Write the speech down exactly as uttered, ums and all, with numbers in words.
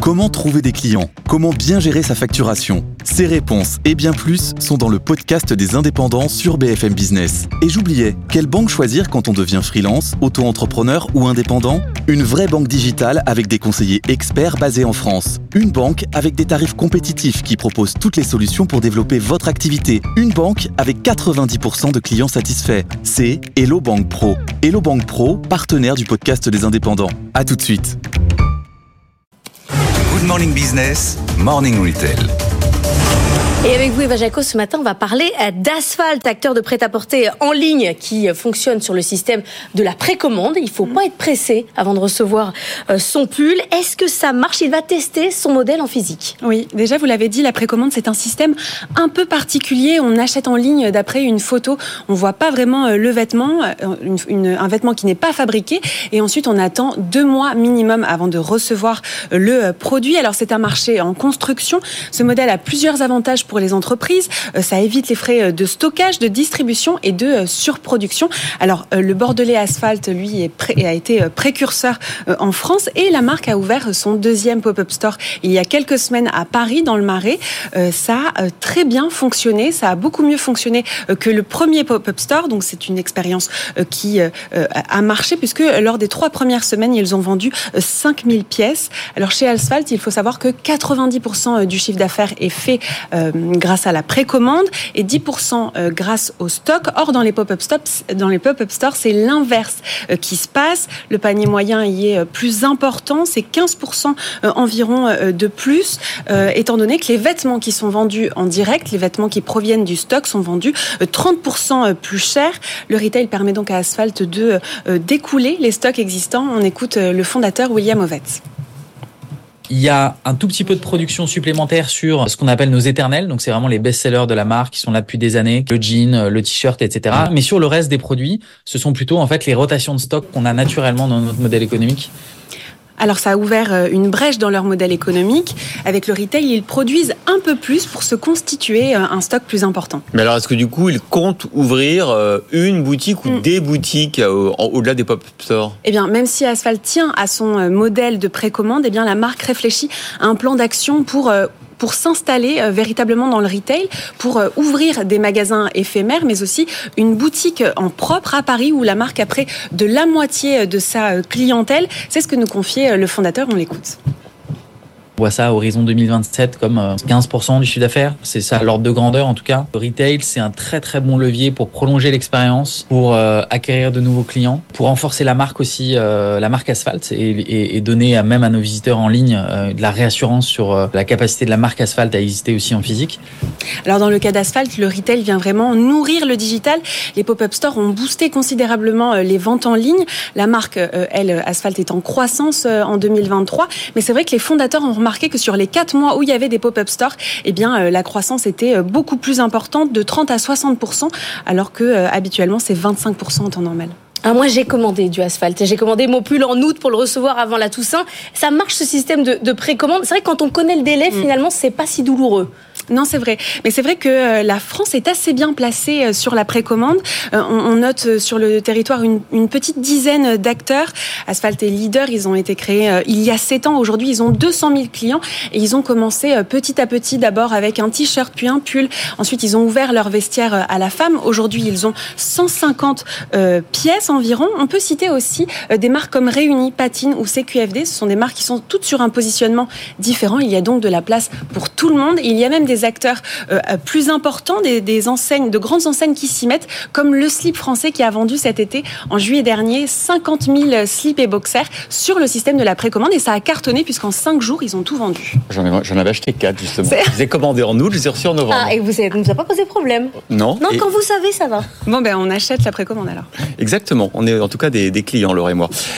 Comment trouver des clients ? Comment bien gérer sa facturation ? Ces réponses et bien plus sont dans le podcast des indépendants sur B F M Business. Et j'oubliais, quelle banque choisir quand on devient freelance, auto-entrepreneur ou indépendant ? Une vraie banque digitale avec des conseillers experts basés en France. Une banque avec des tarifs compétitifs qui propose toutes les solutions pour développer votre activité. Une banque avec quatre-vingt-dix pour cent de clients satisfaits. C'est Hello Bank Pro. Hello Bank Pro, partenaire du podcast des indépendants. À tout de suite. Good Morning Business, Morning Retail. Et avec vous, Eva Jaco, ce matin, on va parler d'Asphalt, acteur de prêt-à-porter en ligne qui fonctionne sur le système de la précommande. Il ne faut pas être pressé avant de recevoir son pull. Est-ce que ça marche ? Il va tester son modèle en physique. Oui, déjà, vous l'avez dit, la précommande, c'est un système un peu particulier. On achète en ligne d'après une photo. On ne voit pas vraiment le vêtement, une, une, un vêtement qui n'est pas fabriqué. Et ensuite, on attend deux mois minimum avant de recevoir le produit. Alors, c'est un marché en construction. Ce modèle a plusieurs avantages pour Pour les entreprises, ça évite les frais de stockage, de distribution et de surproduction. Alors, le Bordelais Asphalt, lui, est pré- a été précurseur en France et la marque a ouvert son deuxième pop-up store il y a quelques semaines à Paris, dans le Marais. Ça a très bien fonctionné, ça a beaucoup mieux fonctionné que le premier pop-up store, donc c'est une expérience qui a marché puisque lors des trois premières semaines, ils ont vendu cinq mille pièces. Alors, chez Asphalt, il faut savoir que quatre-vingt-dix pour cent du chiffre d'affaires est fait euh, grâce à la précommande et dix pour cent grâce au stock. Or, dans les pop-up stores, dans les pop-up stores, c'est l'inverse qui se passe. Le panier moyen y est plus important, c'est quinze pour cent environ de plus, étant donné que les vêtements qui sont vendus en direct, les vêtements qui proviennent du stock, sont vendus trente pour cent plus cher. Le retail permet donc à Asphalt de d'écouler les stocks existants. On écoute le fondateur William Ovetz. Il y a un tout petit peu de production supplémentaire sur ce qu'on appelle nos éternels. Donc, c'est vraiment les best-sellers de la marque qui sont là depuis des années. Le jean, le t-shirt, et cetera. Mais sur le reste des produits, ce sont plutôt, en fait, les rotations de stock qu'on a naturellement dans notre modèle économique. Alors, ça a ouvert une brèche dans leur modèle économique. Avec le retail, ils produisent un peu plus pour se constituer un stock plus important. Mais alors, est-ce que du coup, ils comptent ouvrir une boutique ou mmh. des boutiques au-delà des pop-up stores ? Eh bien, même si Asphalt tient à son modèle de précommande, eh bien, la marque réfléchit à un plan d'action pour pour s'installer euh, véritablement dans le retail, pour euh, ouvrir des magasins éphémères, mais aussi une boutique en propre à Paris où la marque a près de la moitié de sa clientèle. C'est ce que nous confiait le fondateur, on l'écoute. On voit ça à horizon deux mille vingt-sept comme quinze pour cent du chiffre d'affaires. C'est ça l'ordre de grandeur en tout cas. Le retail, c'est un très très bon levier pour prolonger l'expérience, pour euh, acquérir de nouveaux clients, pour renforcer la marque aussi, euh, la marque Asphalt et, et, et donner à, même à nos visiteurs en ligne euh, de la réassurance sur euh, la capacité de la marque Asphalt à exister aussi en physique. Alors dans le cas d'Asphalt, le retail vient vraiment nourrir le digital. Les pop-up stores ont boosté considérablement les ventes en ligne. La marque, euh, elle, Asphalt, est en croissance euh, en deux mille vingt-trois. Mais c'est vrai que les fondateurs ont remarqué que sur les quatre mois où il y avait des pop-up stores, eh bien, euh, la croissance était beaucoup plus importante, de trente à soixante pour cent, alors que euh, habituellement c'est vingt-cinq pour cent en temps normal. Ah, moi, j'ai commandé du Asphalt. J'ai commandé mon pull en août pour le recevoir avant la Toussaint. Ça marche, ce système de, de précommande. C'est vrai que quand on connaît le délai, mmh. finalement, c'est pas si douloureux. Non, c'est vrai. Mais c'est vrai que la France est assez bien placée sur la précommande. On note sur le territoire une, une petite dizaine d'acteurs. Asphalt est leader. Ils ont été créés il y a sept ans. Aujourd'hui, ils ont deux cent mille clients. Et ils ont commencé petit à petit, d'abord avec un t-shirt, puis un pull. Ensuite, ils ont ouvert leur vestiaire à la femme. Aujourd'hui, ils ont cent cinquante euh, pièces environ. On peut citer aussi des marques comme Réunis, Patine ou C Q F D. Ce sont des marques qui sont toutes sur un positionnement différent. Il y a donc de la place pour tout le monde. Il y a même des acteurs euh, plus importants, des, des enseignes, de grandes enseignes qui s'y mettent, comme le slip français qui a vendu cet été, en juillet dernier, cinquante mille slips et boxers sur le système de la précommande. Et ça a cartonné puisqu'en cinq jours, ils ont tout vendu. J'en, ai, j'en avais acheté quatre, justement. C'est... Je les ai commandés en août, je les ai reçus en novembre. Ah, et vous ne nous a pas posé problème ? Non. Non, et... quand vous savez, ça va. Bon, ben on achète la précommande alors. Exactement. On est en tout cas des, des clients, Laure et moi.